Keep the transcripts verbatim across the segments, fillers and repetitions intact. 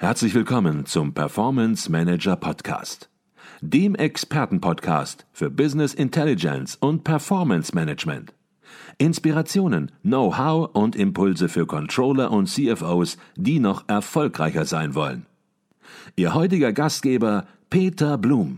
Herzlich willkommen zum Performance Manager Podcast, dem Expertenpodcast für Business Intelligence und Performance Management. Inspirationen, Know-how und Impulse für Controller und C F Os, die noch erfolgreicher sein wollen. Ihr heutiger Gastgeber Peter Blum.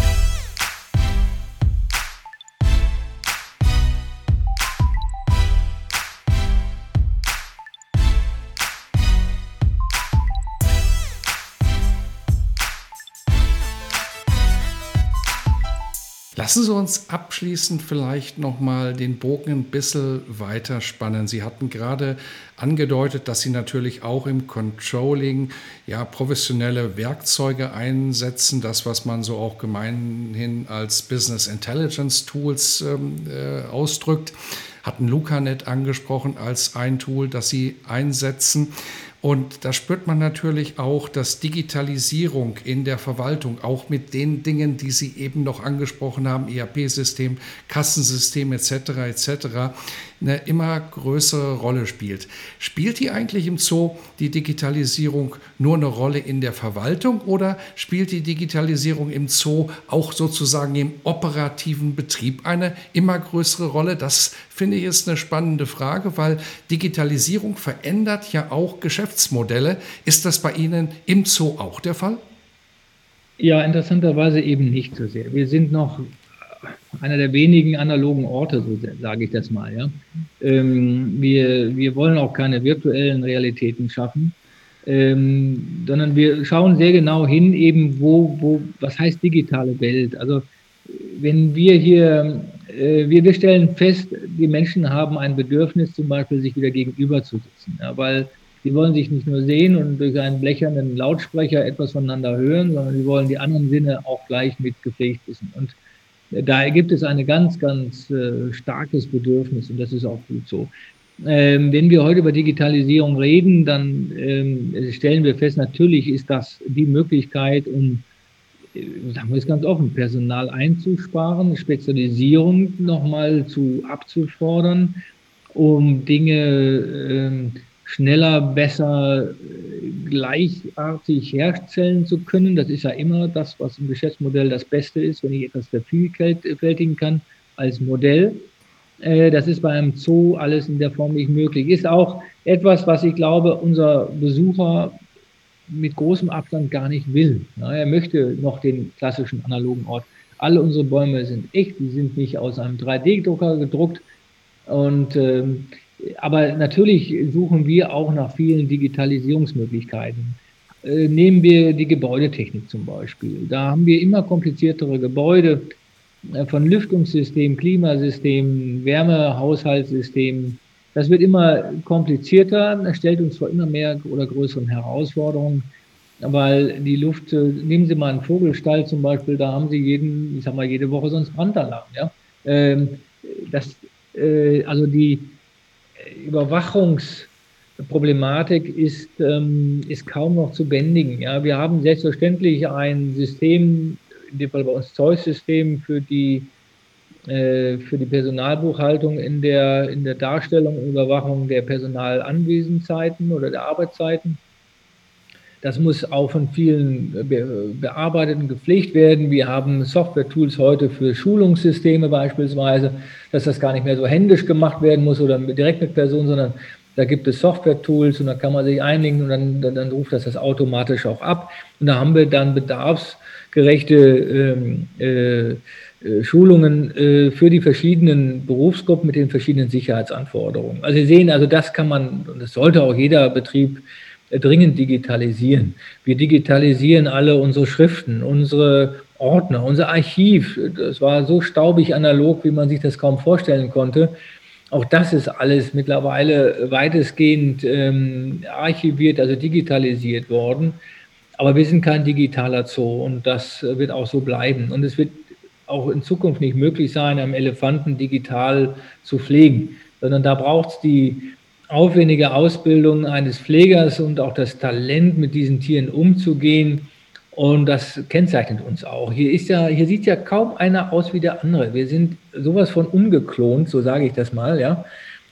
Lassen Sie uns abschließend vielleicht nochmal den Bogen ein bisschen weiter spannen. Sie hatten gerade angedeutet, dass Sie natürlich auch im Controlling ja, professionelle Werkzeuge einsetzen, das, was man so auch gemeinhin als Business Intelligence Tools ähm, äh, ausdrückt. Hatten LucaNet angesprochen als ein Tool, das Sie einsetzen. Und da spürt man natürlich auch, dass Digitalisierung in der Verwaltung, auch mit den Dingen, die Sie eben noch angesprochen haben, E R P-System, Kassensystem et cetera et cetera, eine immer größere Rolle spielt. Spielt die eigentlich im Zoo die Digitalisierung nur eine Rolle in der Verwaltung oder spielt die Digitalisierung im Zoo auch sozusagen im operativen Betrieb eine immer größere Rolle? Das finde ich ist eine spannende Frage, weil Digitalisierung verändert ja auch Geschäftsmodelle. Ist das bei Ihnen im Zoo auch der Fall? Ja, interessanterweise eben nicht so sehr. Wir sind noch einer der wenigen analogen Orte, so sage ich das mal. Ja. Ähm, wir, wir wollen auch keine virtuellen Realitäten schaffen, ähm, sondern wir schauen sehr genau hin, eben wo, wo, was heißt digitale Welt. Also wenn wir hier, äh, wir, wir stellen fest, die Menschen haben ein Bedürfnis, zum Beispiel sich wieder gegenüber zu sitzen, ja, weil die wollen sich nicht nur sehen und durch einen blechernen Lautsprecher etwas voneinander hören, sondern sie wollen die anderen Sinne auch gleich mit gepflegt wissen. Und daher gibt es ein ganz, ganz äh, starkes Bedürfnis und das ist auch gut so. Ähm, wenn wir heute über Digitalisierung reden, dann ähm, stellen wir fest, natürlich ist das die Möglichkeit, um, äh, sagen wir es ganz offen, Personal einzusparen, Spezialisierung nochmal zu abzufordern, um Dinge äh, schneller, besser, gleichartig herstellen zu können. Das ist ja immer das, was im Geschäftsmodell das Beste ist, wenn ich etwas vervielfältigen kann als Modell. Das ist bei einem Zoo alles in der Form nicht möglich. Ist auch etwas, was ich glaube, unser Besucher mit großem Abstand gar nicht will. Er möchte noch den klassischen analogen Ort. Alle unsere Bäume sind echt, die sind nicht aus einem drei D Drucker gedruckt. Und ähm, aber natürlich suchen wir auch nach vielen Digitalisierungsmöglichkeiten. Äh, nehmen wir die Gebäudetechnik zum Beispiel. Da haben wir immer kompliziertere Gebäude äh, von Lüftungssystemen, Klimasystemen, Wärmehaushaltssystemen. Das wird immer komplizierter, das stellt uns vor immer mehr oder größeren Herausforderungen, weil die Luft, äh, nehmen Sie mal einen Vogelstall zum Beispiel, da haben Sie jeden, ich sag mal, jede Woche sonst Brandalarm. Ja? Ähm, das, äh, also die Überwachungsproblematik ist, ähm, ist kaum noch zu bändigen. Ja, wir haben selbstverständlich ein System, in dem Fall bei uns Zeus-System für die, äh, für die Personalbuchhaltung in der, in der Darstellung und Überwachung der Personalanwesenzeiten oder der Arbeitszeiten. Das muss auch von vielen be- bearbeitet und gepflegt werden. Wir haben Software-Tools heute für Schulungssysteme beispielsweise, dass das gar nicht mehr so händisch gemacht werden muss oder direkt mit Personen, sondern da gibt es Software-Tools und da kann man sich einlegen und dann, dann, dann ruft das das automatisch auch ab. Und da haben wir dann bedarfsgerechte ähm, äh, Schulungen äh, für die verschiedenen Berufsgruppen mit den verschiedenen Sicherheitsanforderungen. Also Sie sehen, also das kann man, und das sollte auch jeder Betrieb dringend digitalisieren. Wir digitalisieren alle unsere Schriften, unsere Ordner, unser Archiv. Das war so staubig analog, wie man sich das kaum vorstellen konnte. Auch das ist alles mittlerweile weitestgehend ähm, archiviert, also digitalisiert worden. Aber wir sind kein digitaler Zoo und das wird auch so bleiben. Und es wird auch in Zukunft nicht möglich sein, einen Elefanten digital zu pflegen, sondern da braucht es die aufwendige Ausbildung eines Pflegers und auch das Talent, mit diesen Tieren umzugehen. Und das kennzeichnet uns auch. Hier ist ja, hier sieht ja kaum einer aus wie der andere. Wir sind sowas von umgeklont, so sage ich das mal, ja.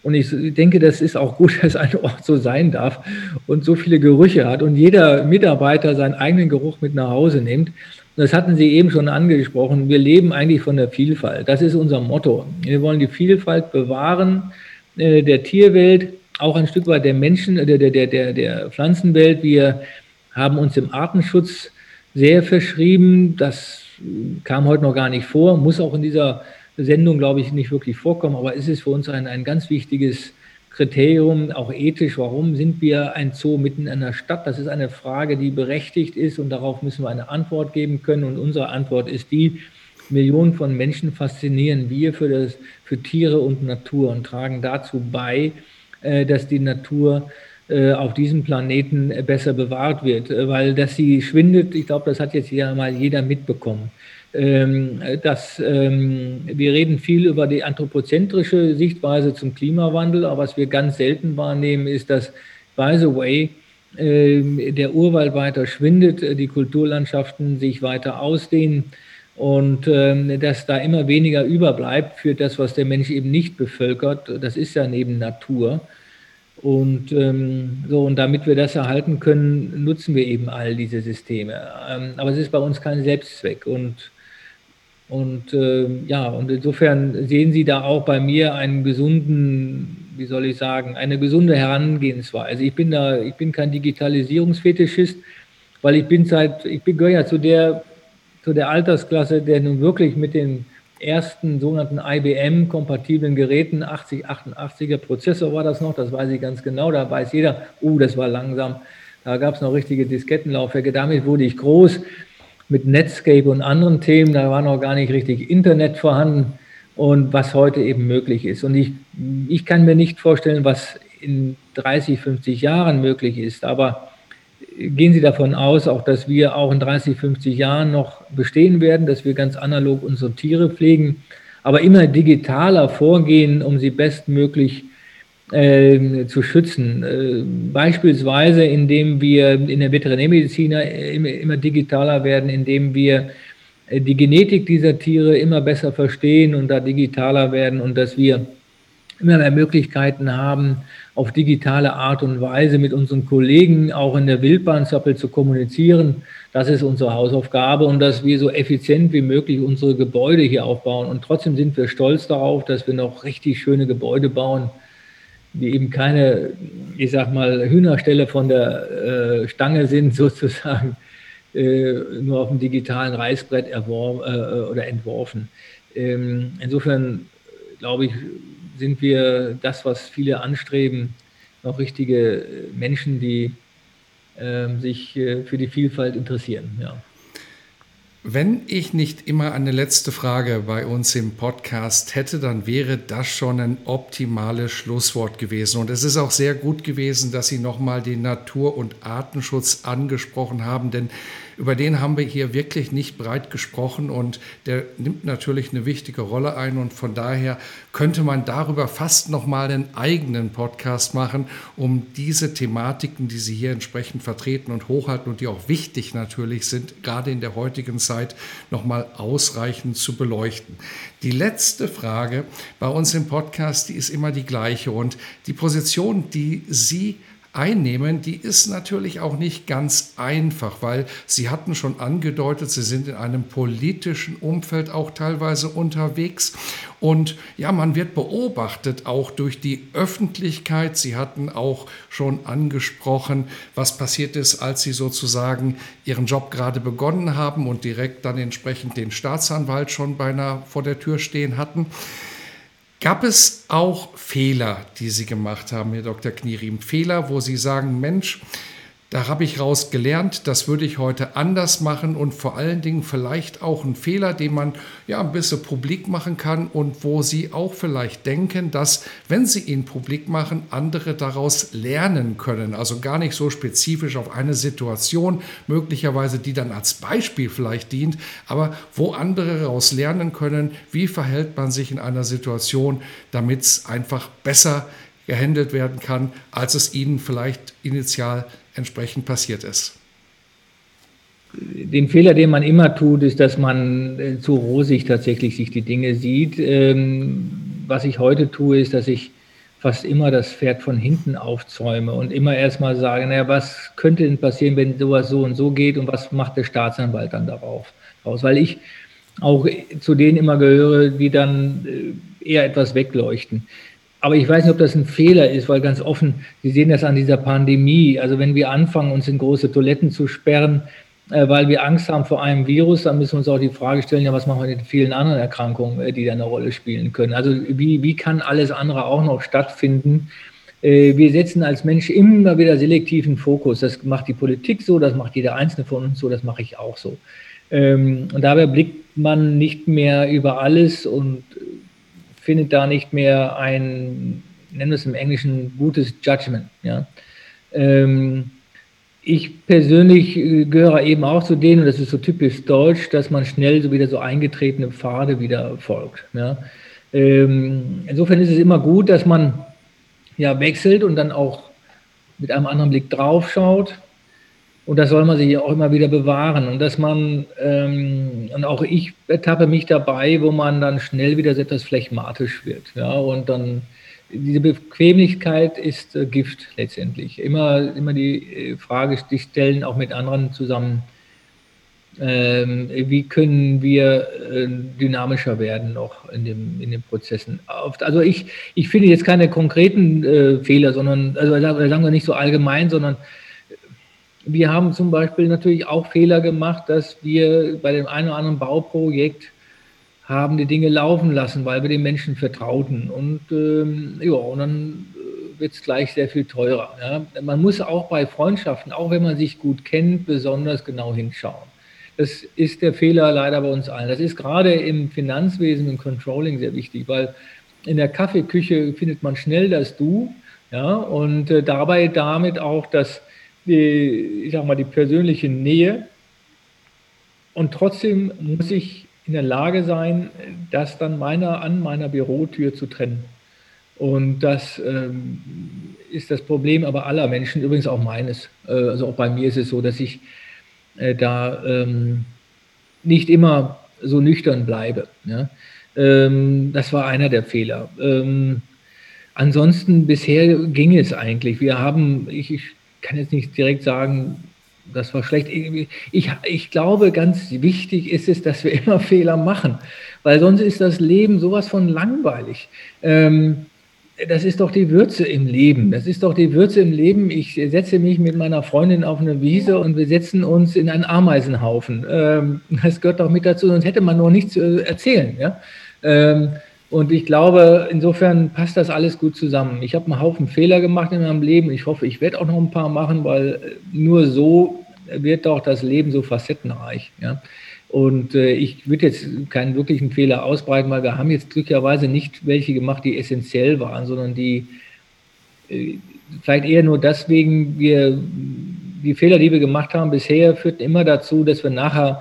Und ich denke, das ist auch gut, dass ein Ort so sein darf und so viele Gerüche hat und jeder Mitarbeiter seinen eigenen Geruch mit nach Hause nimmt. Das hatten Sie eben schon angesprochen. Wir leben eigentlich von der Vielfalt. Das ist unser Motto. Wir wollen die Vielfalt bewahren, äh, der Tierwelt, auch ein Stück weit der Menschen, der, der, der, der Pflanzenwelt. Wir haben uns im Artenschutz sehr verschrieben. Das kam heute noch gar nicht vor, muss auch in dieser Sendung, glaube ich, nicht wirklich vorkommen, aber es ist für uns ein, ein ganz wichtiges Kriterium, auch ethisch. Warum sind wir ein Zoo mitten in einer Stadt? Das ist eine Frage, die berechtigt ist und darauf müssen wir eine Antwort geben können. Und unsere Antwort ist die, Millionen von Menschen faszinieren wir für, das, für Tiere und Natur und tragen dazu bei, dass die Natur auf diesem Planeten besser bewahrt wird, weil dass sie schwindet, ich glaube, das hat jetzt ja mal jeder mitbekommen. Dass, wir reden viel über die anthropozentrische Sichtweise zum Klimawandel, aber was wir ganz selten wahrnehmen, ist, dass, by the way, der Urwald weiter schwindet, die Kulturlandschaften sich weiter ausdehnen und dass da immer weniger überbleibt für das, was der Mensch eben nicht bevölkert. Das ist ja neben Natur. Und ähm, so, und damit wir das erhalten können, nutzen wir eben all diese Systeme. Ähm, aber es ist bei uns kein Selbstzweck. Und, und äh, ja, und insofern sehen Sie da auch bei mir einen gesunden, wie soll ich sagen, eine gesunde Herangehensweise. Ich bin da, ich bin kein Digitalisierungsfetischist, weil ich bin seit, ich gehöre ja zu der, zu der Altersklasse, der nun wirklich mit den ersten sogenannten I B M-kompatiblen Geräten, achtzig achtundachtziger Prozessor war das noch, das weiß ich ganz genau, da weiß jeder, oh, das war langsam, da gab es noch richtige Diskettenlaufwerke, damit wurde ich groß, mit Netscape und anderen Themen, da war noch gar nicht richtig Internet vorhanden und was heute eben möglich ist. Und ich, ich kann mir nicht vorstellen, was in dreißig, fünfzig Jahren möglich ist, aber gehen Sie davon aus, auch dass wir auch in dreißig, fünfzig Jahren noch bestehen werden, dass wir ganz analog unsere Tiere pflegen, aber immer digitaler vorgehen, um sie bestmöglich äh, zu schützen. Äh, beispielsweise, indem wir in der Veterinärmedizin immer, immer digitaler werden, indem wir äh, die Genetik dieser Tiere immer besser verstehen und da digitaler werden und dass wir immer mehr Möglichkeiten haben, auf digitale Art und Weise mit unseren Kollegen auch in der Wildbahnzappel zu kommunizieren. Das ist unsere Hausaufgabe und dass wir so effizient wie möglich unsere Gebäude hier aufbauen. Und trotzdem sind wir stolz darauf, dass wir noch richtig schöne Gebäude bauen, die eben keine, ich sag mal, Hühnerställe von der äh, Stange sind, sozusagen, äh, nur auf dem digitalen Reißbrett erworben, äh, oder entworfen. Ähm, insofern glaube ich, sind wir das, was viele anstreben, noch richtige Menschen, die äh, sich äh, für die Vielfalt interessieren. Ja. Wenn ich nicht immer eine letzte Frage bei uns im Podcast hätte, dann wäre das schon ein optimales Schlusswort gewesen. Und es ist auch sehr gut gewesen, dass Sie nochmal den Natur- und Artenschutz angesprochen haben, denn über den haben wir hier wirklich nicht breit gesprochen und der nimmt natürlich eine wichtige Rolle ein und von daher könnte man darüber fast nochmal einen eigenen Podcast machen, um diese Thematiken, die Sie hier entsprechend vertreten und hochhalten und die auch wichtig natürlich sind, gerade in der heutigen Zeit nochmal ausreichend zu beleuchten. Die letzte Frage bei uns im Podcast, die ist immer die gleiche und die Position, die Sie einnehmen, die ist natürlich auch nicht ganz einfach, weil Sie hatten schon angedeutet, Sie sind in einem politischen Umfeld auch teilweise unterwegs und ja, man wird beobachtet auch durch die Öffentlichkeit. Sie hatten auch schon angesprochen, was passiert ist, als Sie sozusagen Ihren Job gerade begonnen haben und direkt dann entsprechend den Staatsanwalt schon beinahe vor der Tür stehen hatten. Gab es auch Fehler, die Sie gemacht haben, Herr Doktor Knieriem? Fehler, wo Sie sagen, Mensch, da habe ich raus gelernt, das würde ich heute anders machen und vor allen Dingen vielleicht auch ein Fehler, den man ja ein bisschen publik machen kann und wo Sie auch vielleicht denken, dass, wenn Sie ihn publik machen, andere daraus lernen können. Also gar nicht so spezifisch auf eine Situation, möglicherweise die dann als Beispiel vielleicht dient, aber wo andere daraus lernen können, wie verhält man sich in einer Situation, damit es einfach besser gehandelt werden kann, als es Ihnen vielleicht initial entsprechend passiert ist. Den Fehler, den man immer tut, ist, dass man zu rosig tatsächlich sich die Dinge sieht. Was ich heute tue, ist, dass ich fast immer das Pferd von hinten aufzäume und immer erstmal sage, naja, was könnte denn passieren, wenn sowas so und so geht und was macht der Staatsanwalt dann darauf raus? Weil ich auch zu denen immer gehöre, die dann eher etwas wegleuchten. Aber ich weiß nicht, ob das ein Fehler ist, weil ganz offen, Sie sehen das an dieser Pandemie, also wenn wir anfangen, uns in große Toiletten zu sperren, äh, weil wir Angst haben vor einem Virus, dann müssen wir uns auch die Frage stellen, ja, was machen wir mit den vielen anderen Erkrankungen, äh, die da eine Rolle spielen können? Also wie, wie kann alles andere auch noch stattfinden? Äh, wir setzen als Mensch immer wieder selektiven Fokus. Das macht die Politik so, das macht jeder Einzelne von uns so, das mache ich auch so. Ähm, und dabei blickt man nicht mehr über alles und findet da nicht mehr ein, nennen wir es im Englischen, gutes Judgment. Ja. Ähm, ich persönlich gehöre eben auch zu denen, und das ist so typisch deutsch, dass man schnell so wieder so eingetretene Pfade wieder folgt. Ja. Ähm, insofern ist es immer gut, dass man ja wechselt und dann auch mit einem anderen Blick drauf schaut. Und das soll man sich auch immer wieder bewahren. Und dass man, ähm, und auch ich ertappe mich dabei, wo man dann schnell wieder so etwas phlegmatisch wird. Ja, und dann, diese Bequemlichkeit ist äh, Gift letztendlich. Immer, immer die äh, Frage die stellen, auch mit anderen zusammen, ähm, wie können wir äh, dynamischer werden noch in, dem, in den Prozessen. Also ich, ich finde jetzt keine konkreten äh, Fehler, sondern, also sagen wir nicht so allgemein, sondern wir haben zum Beispiel natürlich auch Fehler gemacht, dass wir bei dem einen oder anderen Bauprojekt haben die Dinge laufen lassen, weil wir den Menschen vertrauten. Und, ähm, ja, und dann wird es gleich sehr viel teurer. Ja. Man muss auch bei Freundschaften, auch wenn man sich gut kennt, besonders genau hinschauen. Das ist der Fehler leider bei uns allen. Das ist gerade im Finanzwesen, im Controlling sehr wichtig, weil in der Kaffeeküche findet man schnell das Du, ja, und äh, dabei damit auch das Die, ich sag mal, die persönliche Nähe, und trotzdem muss ich in der Lage sein, das dann meiner, an meiner Bürotür zu trennen. Und das ähm, ist das Problem aber aller Menschen, übrigens auch meines. Äh, also auch bei mir ist es so, dass ich äh, da ähm, nicht immer so nüchtern bleibe. Ja? Ähm, das war einer der Fehler. Ähm, ansonsten bisher ging es eigentlich. Wir haben, ich, ich kann jetzt nicht direkt sagen, das war schlecht. Ich, ich glaube, ganz wichtig ist es, dass wir immer Fehler machen, weil sonst ist das Leben sowas von langweilig. Ähm, das ist doch die Würze im Leben. Das ist doch die Würze im Leben. Ich setze mich mit meiner Freundin auf eine Wiese und wir setzen uns in einen Ameisenhaufen. Ähm, das gehört doch mit dazu, sonst hätte man noch nichts zu erzählen. Ja? Ähm, Und ich glaube, insofern passt das alles gut zusammen. Ich habe einen Haufen Fehler gemacht in meinem Leben. Ich hoffe, ich werde auch noch ein paar machen, weil nur so wird doch das Leben so facettenreich. Ja? Und äh, ich würde jetzt keinen wirklichen Fehler ausbreiten, weil wir haben jetzt glücklicherweise nicht welche gemacht, die essentiell waren, sondern die äh, vielleicht eher nur deswegen, wir, die Fehler, die wir gemacht haben bisher, führten immer dazu, dass wir nachher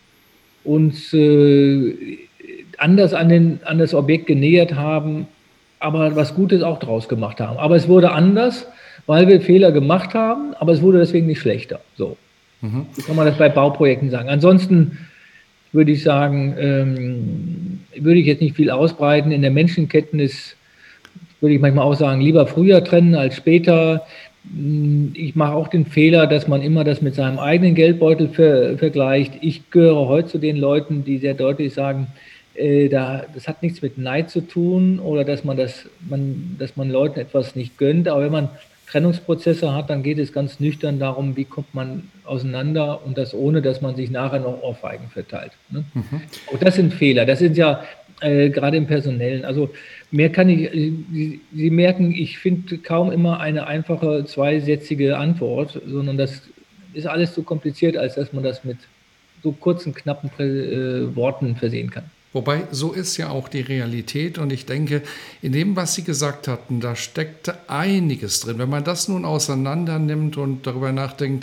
uns äh, anders an, den, an das Objekt genähert haben, aber was Gutes auch draus gemacht haben. Aber es wurde anders, weil wir Fehler gemacht haben, aber es wurde deswegen nicht schlechter. So, mhm. So kann man das bei Bauprojekten sagen. Ansonsten würde ich sagen, ähm, würde ich jetzt nicht viel ausbreiten. In der Menschenkenntnis würde ich manchmal auch sagen, lieber früher trennen als später. Ich mache auch den Fehler, dass man immer das mit seinem eigenen Geldbeutel ver, vergleicht. Ich gehöre heute zu den Leuten, die sehr deutlich sagen, Äh, da, das hat nichts mit Neid zu tun oder dass man, das, man, dass man Leuten etwas nicht gönnt. Aber wenn man Trennungsprozesse hat, dann geht es ganz nüchtern darum, wie kommt man auseinander, und das ohne, dass man sich nachher noch Ohrfeigen verteilt. Ne? Mhm. Auch das sind Fehler. Das sind ja äh, gerade im Personellen. Also mehr kann ich, Sie, Sie merken, ich finde kaum immer eine einfache zweisätzige Antwort, sondern das ist alles zu kompliziert, als dass man das mit so kurzen, knappen äh, Worten versehen kann. Wobei, so ist ja auch die Realität, und ich denke, in dem, was Sie gesagt hatten, da steckte einiges drin. Wenn man das nun auseinander nimmt und darüber nachdenkt,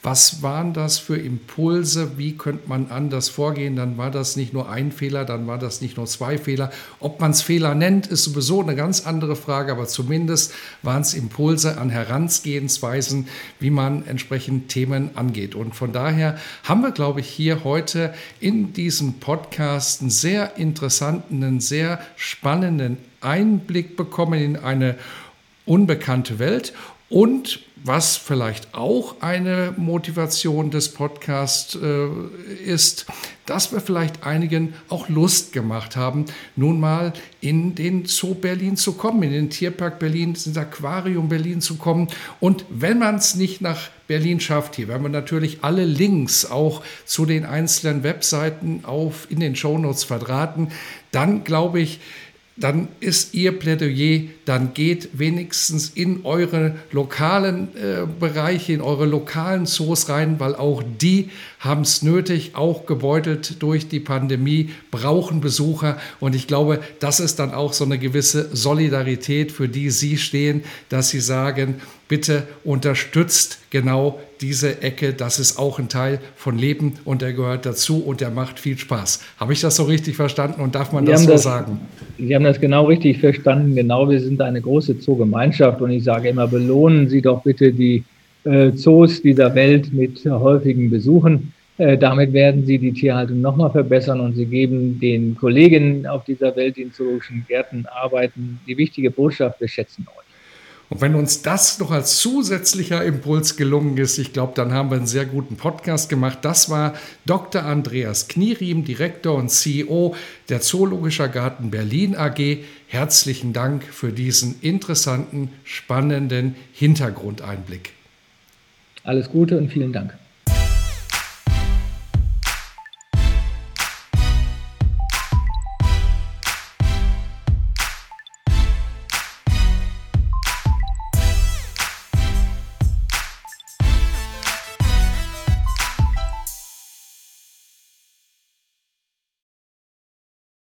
Was waren das für Impulse? Wie könnte man anders vorgehen? Dann war das nicht nur ein Fehler, dann war das nicht nur zwei Fehler. Ob man es Fehler nennt, ist sowieso eine ganz andere Frage, aber zumindest waren es Impulse an Herangehensweisen, wie man entsprechend Themen angeht. Und von daher haben wir, glaube ich, hier heute in diesem Podcast einen sehr interessanten, einen sehr spannenden Einblick bekommen in eine unbekannte Welt. Und was vielleicht auch eine Motivation des Podcasts äh, ist, dass wir vielleicht einigen auch Lust gemacht haben, nun mal in den Zoo Berlin zu kommen, in den Tierpark Berlin, ins Aquarium Berlin zu kommen. Und wenn man es nicht nach Berlin schafft, hier werden wir natürlich alle Links auch zu den einzelnen Webseiten auf, in den Shownotes verdrahten, dann glaube ich, dann ist Ihr Plädoyer, dann geht wenigstens in eure lokalen äh, Bereiche, in eure lokalen Zoos rein, weil auch die haben es nötig, auch gebeutelt durch die Pandemie, brauchen Besucher. Und ich glaube, das ist dann auch so eine gewisse Solidarität, für die Sie stehen, dass Sie sagen, bitte unterstützt genau diese Ecke. Das ist auch ein Teil von Leben und der gehört dazu und der macht viel Spaß. Habe ich das so richtig verstanden und darf man das so das, sagen? Sie haben das genau richtig verstanden. Genau, wir sind eine große Zoogemeinschaft und ich sage immer, belohnen Sie doch bitte die äh, Zoos dieser Welt mit häufigen Besuchen. Äh, damit werden Sie die Tierhaltung nochmal verbessern und Sie geben den Kollegen auf dieser Welt, die in zoologischen Gärten arbeiten, die wichtige Botschaft, wir schätzen euch. Und wenn uns das noch als zusätzlicher Impuls gelungen ist, ich glaube, dann haben wir einen sehr guten Podcast gemacht. Das war Doktor Andreas Knieriem, Direktor und C E O der Zoologischer Garten Berlin A G. Herzlichen Dank für diesen interessanten, spannenden Hintergrundeinblick. Alles Gute und vielen Dank.